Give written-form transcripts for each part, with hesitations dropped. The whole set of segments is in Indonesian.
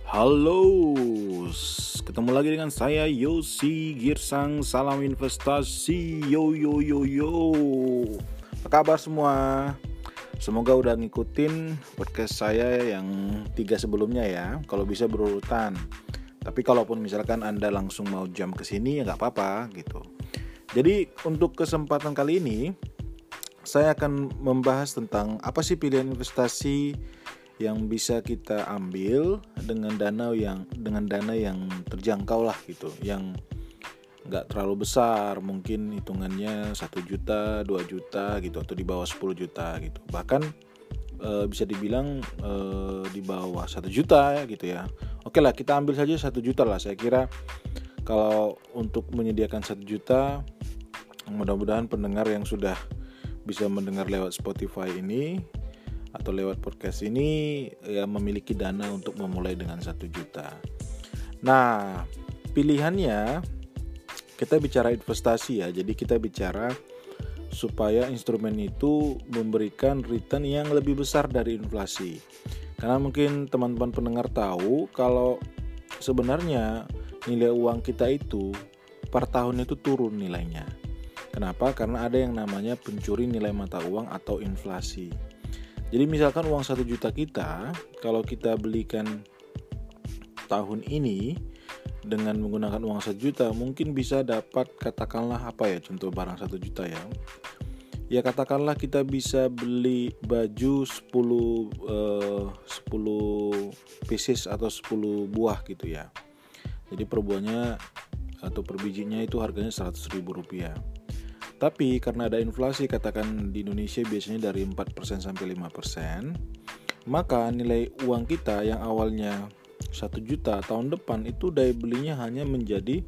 Halo, ketemu lagi dengan saya Yosi Girsang. Salam investasi. Yo yo yo yo. Apa kabar semua? Semoga udah ngikutin podcast saya yang 3 sebelumnya ya. Kalau bisa berurutan. Tapi kalaupun misalkan Anda langsung mau jump ke sini ya nggak apa-apa gitu. Jadi untuk kesempatan kali ini saya akan membahas tentang apa sih pilihan investasi yang bisa kita ambil dengan dana yang terjangkau lah gitu, yang nggak terlalu besar, mungkin hitungannya 1 juta, 2 juta gitu, atau di bawah 10 juta gitu, bahkan bisa dibilang di bawah 1 juta gitu ya. Oke lah, kita ambil saja 1 juta lah. Saya kira kalau untuk menyediakan 1 juta, mudah-mudahan pendengar yang sudah bisa mendengar lewat Spotify ini atau lewat podcast ini ya memiliki dana untuk memulai dengan 1 juta. Nah, pilihannya kita bicara investasi ya. Jadi kita bicara supaya instrumen itu memberikan return yang lebih besar dari inflasi. Karena mungkin teman-teman pendengar tahu kalau sebenarnya nilai uang kita itu per tahun itu turun nilainya. Kenapa? Karena ada yang namanya pencuri nilai mata uang atau inflasi. Jadi misalkan uang 1 juta kita, kalau kita belikan tahun ini dengan menggunakan uang 1 juta, mungkin bisa dapat katakanlah contoh barang 1 juta ya. Ya katakanlah kita bisa beli baju 10 pieces atau 10 buah gitu ya. Jadi per buahnya atau per bijinya itu harganya Rp100.000. Tapi karena ada inflasi, katakan di Indonesia biasanya dari 4% sampai 5%, maka nilai uang kita yang awalnya 1 juta tahun depan itu daya belinya hanya menjadi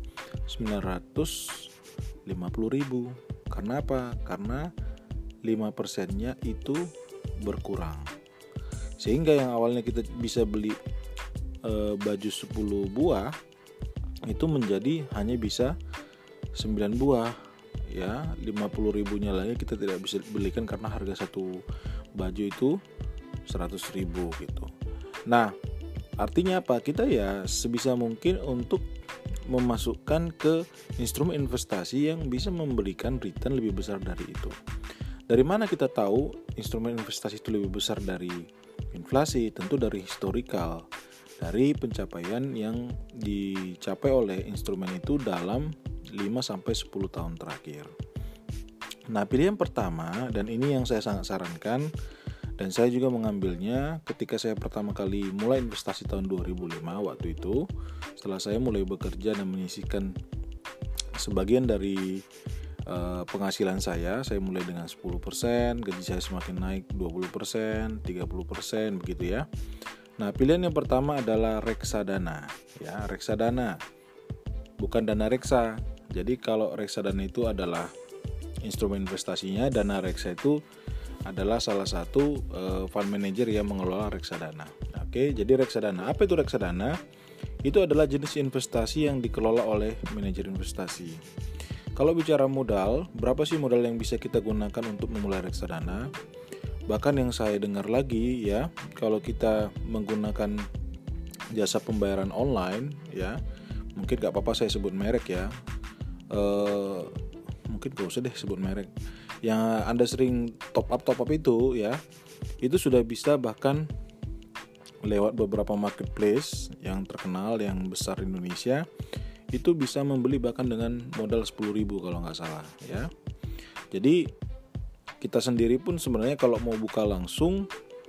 950.000. Karena apa? Karena 5%-nya itu berkurang. Sehingga yang awalnya kita bisa beli baju 10 buah itu menjadi hanya bisa 9 buah. Ya, 50.000-nya lagi kita tidak bisa belikan karena harga satu baju itu 100.000 gitu. Nah, artinya apa? Kita ya sebisa mungkin untuk memasukkan ke instrumen investasi yang bisa memberikan return lebih besar dari itu. Dari mana kita tahu instrumen investasi itu lebih besar dari inflasi? Tentu dari historical, dari pencapaian yang dicapai oleh instrumen itu dalam 5-10 tahun terakhir. Nah, pilihan pertama, dan ini yang saya sangat sarankan, dan saya juga mengambilnya ketika saya pertama kali mulai investasi tahun 2005 waktu itu, setelah saya mulai bekerja dan menyisihkan sebagian dari penghasilan saya mulai dengan 10%, gaji saya semakin naik 20%, 30%, begitu ya. Nah, pilihan yang pertama adalah reksadana, ya, reksadana. Bukan dana reksa. Jadi kalau reksadana itu adalah instrumen investasinya, dana reksa itu adalah salah satu fund manager yang mengelola reksadana. Oke, jadi reksadana. Apa itu reksadana? Itu adalah jenis investasi yang dikelola oleh manajer investasi. Kalau bicara modal, berapa sih modal yang bisa kita gunakan untuk memulai reksadana? Bahkan yang saya dengar lagi ya, kalau kita menggunakan jasa pembayaran online ya, mungkin gak apa-apa saya sebut merek ya, mungkin gak usah deh sebut merek, yang Anda sering top up itu ya, itu sudah bisa bahkan lewat beberapa marketplace yang terkenal, yang besar di Indonesia, itu bisa membeli bahkan dengan modal 10.000 kalau gak salah ya. Jadi kita sendiri pun sebenarnya kalau mau buka langsung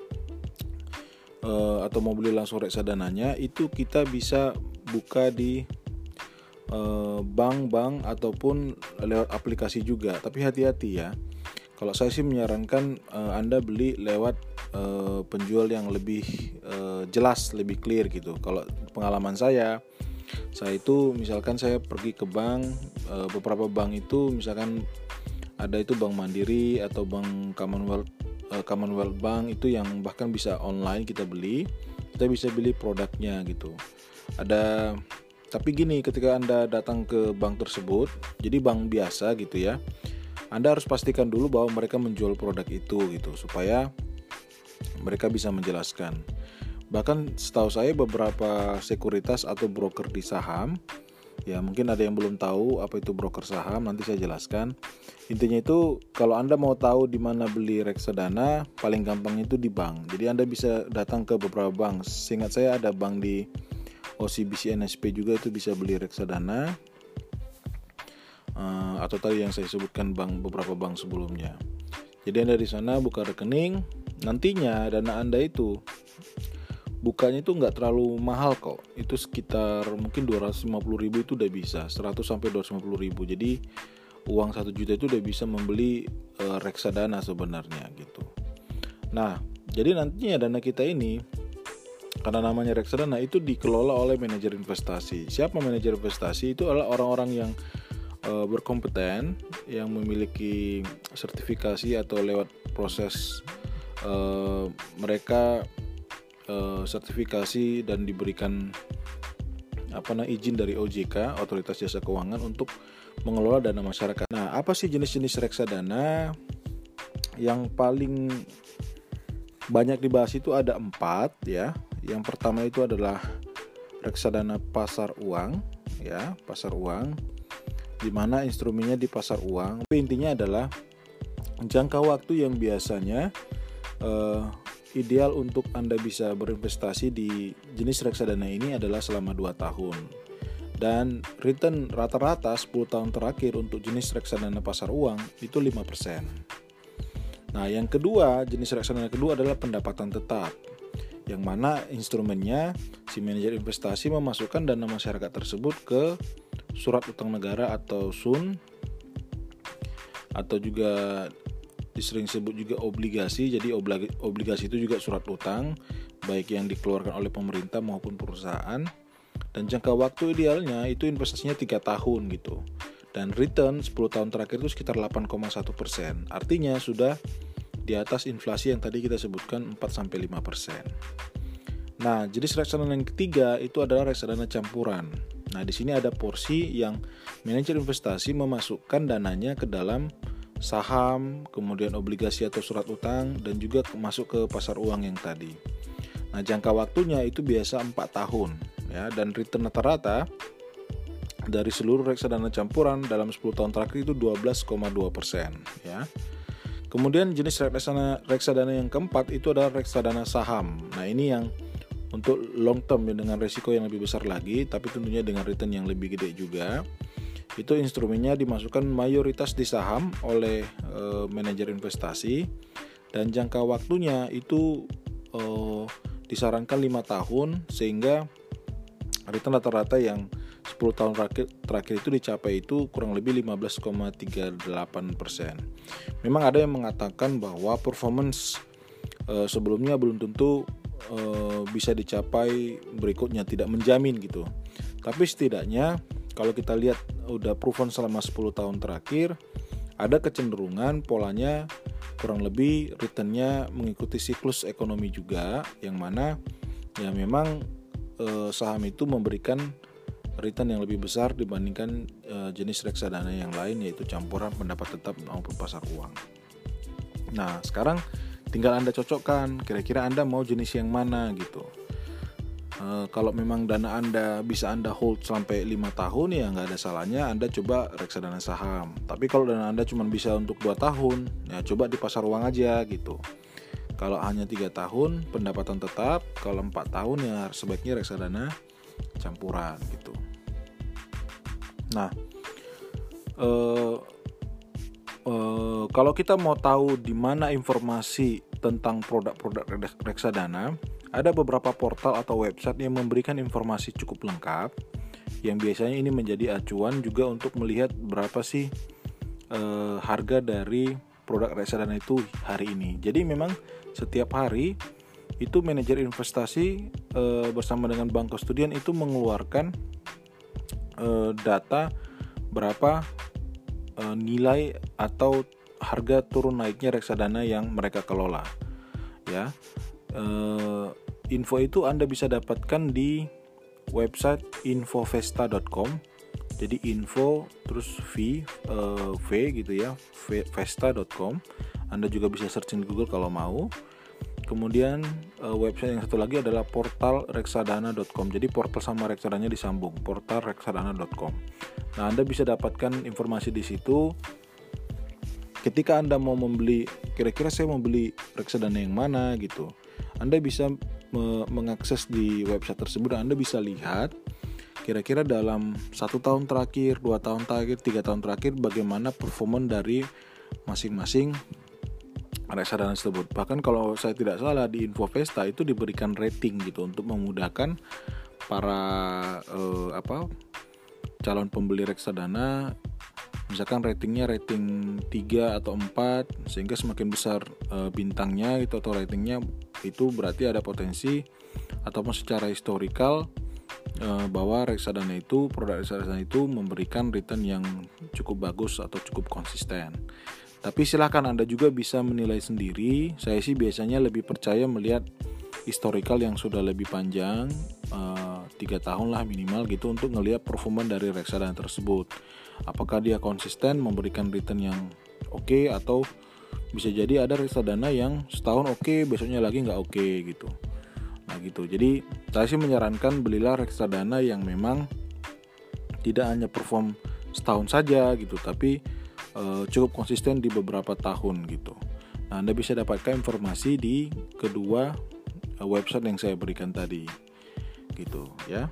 atau mau beli langsung reksadananya, itu kita bisa buka di bank-bank ataupun lewat aplikasi juga. Tapi hati-hati ya. Kalau saya sih menyarankan Anda beli lewat penjual yang lebih jelas, lebih clear gitu. Kalau pengalaman saya itu misalkan saya pergi ke bank, beberapa bank itu misalkan ada itu Bank Mandiri atau Bank Commonwealth Bank itu yang bahkan bisa online kita bisa beli produknya gitu. Tapi gini, ketika Anda datang ke bank tersebut, jadi bank biasa gitu ya, Anda harus pastikan dulu bahwa mereka menjual produk itu gitu, supaya mereka bisa menjelaskan. Bahkan setahu saya beberapa sekuritas atau broker di saham, ya mungkin ada yang belum tahu apa itu broker saham, nanti saya jelaskan. Intinya itu kalau Anda mau tahu di mana beli reksadana, paling gampang itu di bank. Jadi Anda bisa datang ke beberapa bank. Seingat saya ada bank di OCBC NSP juga itu bisa beli reksadana. Atau tadi yang saya sebutkan beberapa bank sebelumnya. Jadi Anda di sana buka rekening, nantinya dana Anda itu bukanya itu nggak terlalu mahal kok. Itu sekitar mungkin 250.000 itu udah bisa, 100 sampai 250.000. Jadi uang 1 juta itu udah bisa membeli reksadana sebenarnya gitu. Nah, jadi nantinya dana kita ini, karena namanya reksadana, itu dikelola oleh manajer investasi. Siapa manajer investasi? Itu adalah orang-orang yang berkompeten, yang memiliki sertifikasi atau lewat proses mereka sertifikasi dan diberikan izin dari OJK, Otoritas Jasa Keuangan, untuk mengelola dana masyarakat. Nah, apa sih jenis-jenis reksadana? Yang paling banyak dibahas itu ada 4 ya. Yang pertama itu adalah reksadana pasar uang ya, pasar uang, di mana instrumennya di pasar uang. Tapi intinya adalah jangka waktu yang biasanya ideal untuk Anda bisa berinvestasi di jenis reksadana ini adalah selama 2 tahun. Dan return rata-rata 10 tahun terakhir untuk jenis reksadana pasar uang itu 5%. Nah, yang kedua, jenis reksadana kedua adalah pendapatan tetap, yang mana instrumennya si manajer investasi memasukkan dana masyarakat tersebut ke surat utang negara atau SUN, atau juga disering sebut juga obligasi. Jadi obligasi itu juga surat utang, baik yang dikeluarkan oleh pemerintah maupun perusahaan. Dan jangka waktu idealnya itu investasinya 3 tahun gitu. Dan return 10 tahun terakhir itu sekitar 8,1%. Artinya sudah di atas inflasi yang tadi kita sebutkan 4-5%. Nah, jenis reksadana yang ketiga itu adalah reksadana campuran. Nah, di sini ada porsi yang manajer investasi memasukkan dananya ke dalam saham, kemudian obligasi atau surat utang, dan juga masuk ke pasar uang yang tadi. Nah, jangka waktunya itu biasa 4 tahun ya, dan return rata-rata dari seluruh reksadana campuran dalam 10 tahun terakhir itu 12,2% ya. Kemudian jenis reksadana yang keempat itu adalah reksadana saham. Nah, ini yang untuk long term ya, dengan risiko yang lebih besar lagi, tapi tentunya dengan return yang lebih gede juga. Itu instrumennya dimasukkan mayoritas di saham oleh manajer investasi, dan jangka waktunya itu disarankan 5 tahun, sehingga return rata-rata yang 10 tahun terakhir itu dicapai itu kurang lebih 15,38%. Memang ada yang mengatakan bahwa performance sebelumnya belum tentu bisa dicapai berikutnya, tidak menjamin gitu. Tapi setidaknya kalau kita lihat udah proven selama 10 tahun terakhir, ada kecenderungan polanya kurang lebih returnnya mengikuti siklus ekonomi juga, yang mana ya memang saham itu memberikan return yang lebih besar dibandingkan jenis reksadana yang lain, yaitu campuran pendapat tetap maupun pasar uang. Nah, sekarang tinggal Anda cocokkan, kira-kira Anda mau jenis yang mana gitu. Kalau memang dana Anda bisa Anda hold sampai 5 tahun, ya nggak ada salahnya Anda coba reksadana saham. Tapi kalau dana Anda cuma bisa untuk 2 tahun, ya coba di pasar uang aja gitu. Kalau hanya 3 tahun pendapatan tetap, kalau 4 tahun ya sebaiknya reksadana campuran gitu. Nah, kalau kita mau tahu di mana informasi tentang produk-produk reksadana, ada beberapa portal atau website yang memberikan informasi cukup lengkap, yang biasanya ini menjadi acuan juga untuk melihat berapa sih harga dari produk reksadana itu hari ini. Jadi memang setiap hari itu manajer investasi bersama dengan bank kustodian itu mengeluarkan data berapa nilai atau harga turun naiknya reksadana yang mereka kelola ya. Info itu Anda bisa dapatkan di website infovesta.com. Jadi info terus v gitu ya, vesta.com. Anda juga bisa searching di Google kalau mau. Kemudian website yang satu lagi adalah portal reksadana.com. Jadi portal sama reksadana disambung, portal reksadana.com. Nah, Anda bisa dapatkan informasi di situ. Ketika Anda mau membeli, kira-kira saya mau beli reksadana yang mana gitu, Anda bisa mengakses di website tersebut dan Anda bisa lihat kira-kira dalam 1 tahun terakhir, 2 tahun terakhir, 3 tahun terakhir bagaimana performa dari masing-masing reksadana tersebut. Bahkan kalau saya tidak salah di Infovesta itu diberikan rating gitu untuk memudahkan para calon pembeli reksadana. Misalkan ratingnya rating 3 atau 4, sehingga semakin besar bintangnya gitu atau ratingnya, itu berarti ada potensi ataupun secara historikal bahwa reksadana itu, produk reksadana itu memberikan return yang cukup bagus atau cukup konsisten. Tapi silakan Anda juga bisa menilai sendiri. Saya sih biasanya lebih percaya melihat historikal yang sudah lebih panjang, 3 tahun lah minimal gitu, untuk ngelihat performa dari reksadana tersebut. Apakah dia konsisten memberikan return yang oke, atau bisa jadi ada reksadana yang setahun oke, besoknya lagi nggak oke gitu. Nah gitu. Jadi saya sih menyarankan belilah reksadana yang memang tidak hanya perform setahun saja gitu, tapi cukup konsisten di beberapa tahun gitu. Nah, Anda bisa dapatkan informasi di kedua website yang saya berikan tadi gitu ya.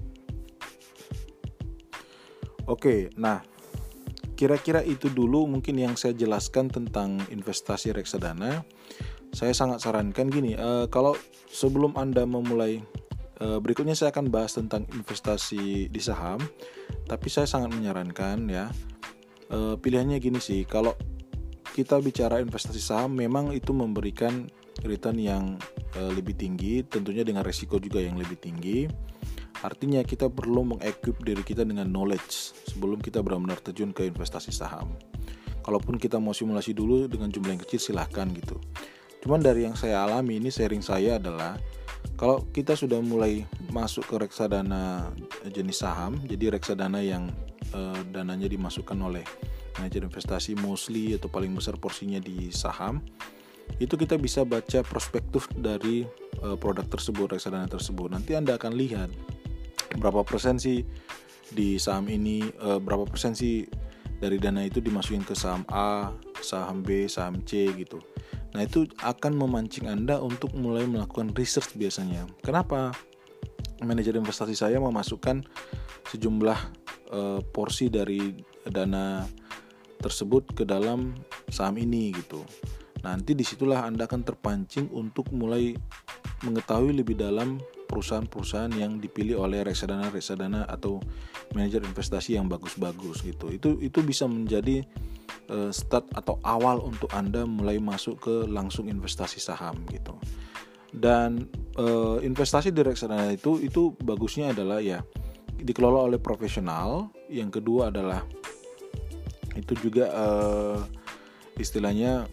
Oke, nah kira-kira itu dulu mungkin yang saya jelaskan tentang investasi reksadana. Saya sangat sarankan gini, kalau sebelum Anda memulai, berikutnya saya akan bahas tentang investasi di saham, tapi saya sangat menyarankan ya, pilihannya gini sih, kalau kita bicara investasi saham memang itu memberikan return yang lebih tinggi, tentunya dengan resiko juga yang lebih tinggi. Artinya kita perlu mengequip diri kita dengan knowledge sebelum kita benar-benar terjun ke investasi saham. Kalaupun kita mau simulasi dulu dengan jumlah yang kecil, silahkan gitu. Cuman dari yang saya alami, ini sharing saya adalah, kalau kita sudah mulai masuk ke reksadana jenis saham, jadi reksadana yang dananya dimasukkan oleh manajer investasi mostly atau paling besar porsinya di saham, itu kita bisa baca prospektus dari produk tersebut, reksadana tersebut. Nanti Anda akan lihat berapa persen sih di saham ini, berapa persen sih dari dana itu dimasukin ke saham A, saham B, saham C gitu. Nah, itu akan memancing Anda untuk mulai melakukan research biasanya. Kenapa? Manajer investasi saya memasukkan sejumlah porsi dari dana tersebut ke dalam saham ini gitu. Nanti disitulah Anda akan terpancing untuk mulai mengetahui lebih dalam perusahaan-perusahaan yang dipilih oleh reksadana atau manajer investasi yang bagus-bagus gitu. Itu bisa menjadi start atau awal untuk Anda mulai masuk ke langsung investasi saham gitu. Dan investasi di reksadana itu bagusnya adalah ya dikelola oleh profesional. Yang kedua adalah itu juga istilahnya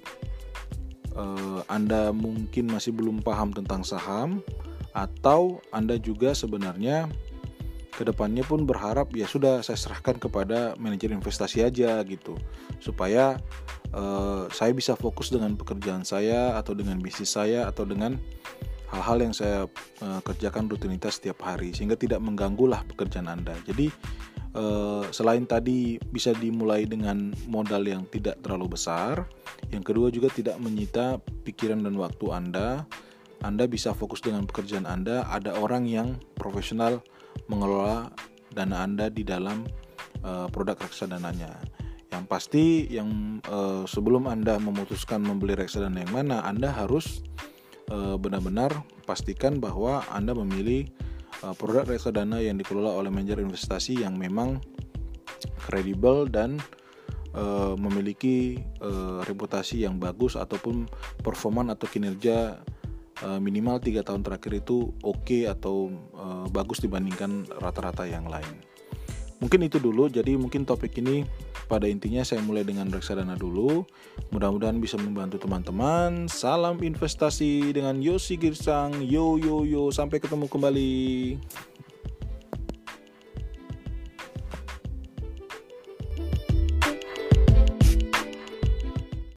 Anda mungkin masih belum paham tentang saham, atau Anda juga sebenarnya kedepannya pun berharap ya sudah saya serahkan kepada manajer investasi aja gitu, supaya saya bisa fokus dengan pekerjaan saya atau dengan bisnis saya atau dengan hal-hal yang saya kerjakan rutinitas setiap hari, sehingga tidak mengganggulah pekerjaan Anda. Jadi selain tadi bisa dimulai dengan modal yang tidak terlalu besar, yang kedua juga tidak menyita pikiran dan waktu Anda bisa fokus dengan pekerjaan Anda. Ada orang yang profesional mengelola dana Anda di dalam produk reksadananya. Yang pasti sebelum Anda memutuskan membeli reksadana yang mana, Anda harus benar-benar pastikan bahwa Anda memilih produk reksadana yang dikelola oleh manajer investasi yang memang kredibel dan memiliki reputasi yang bagus ataupun performa atau kinerja minimal 3 tahun terakhir itu oke atau bagus dibandingkan rata-rata yang lain. Mungkin itu dulu. Jadi mungkin topik ini pada intinya saya mulai dengan reksadana dulu. Mudah-mudahan bisa membantu teman-teman. Salam investasi dengan Yosi Girsang. Yo, sampai ketemu kembali.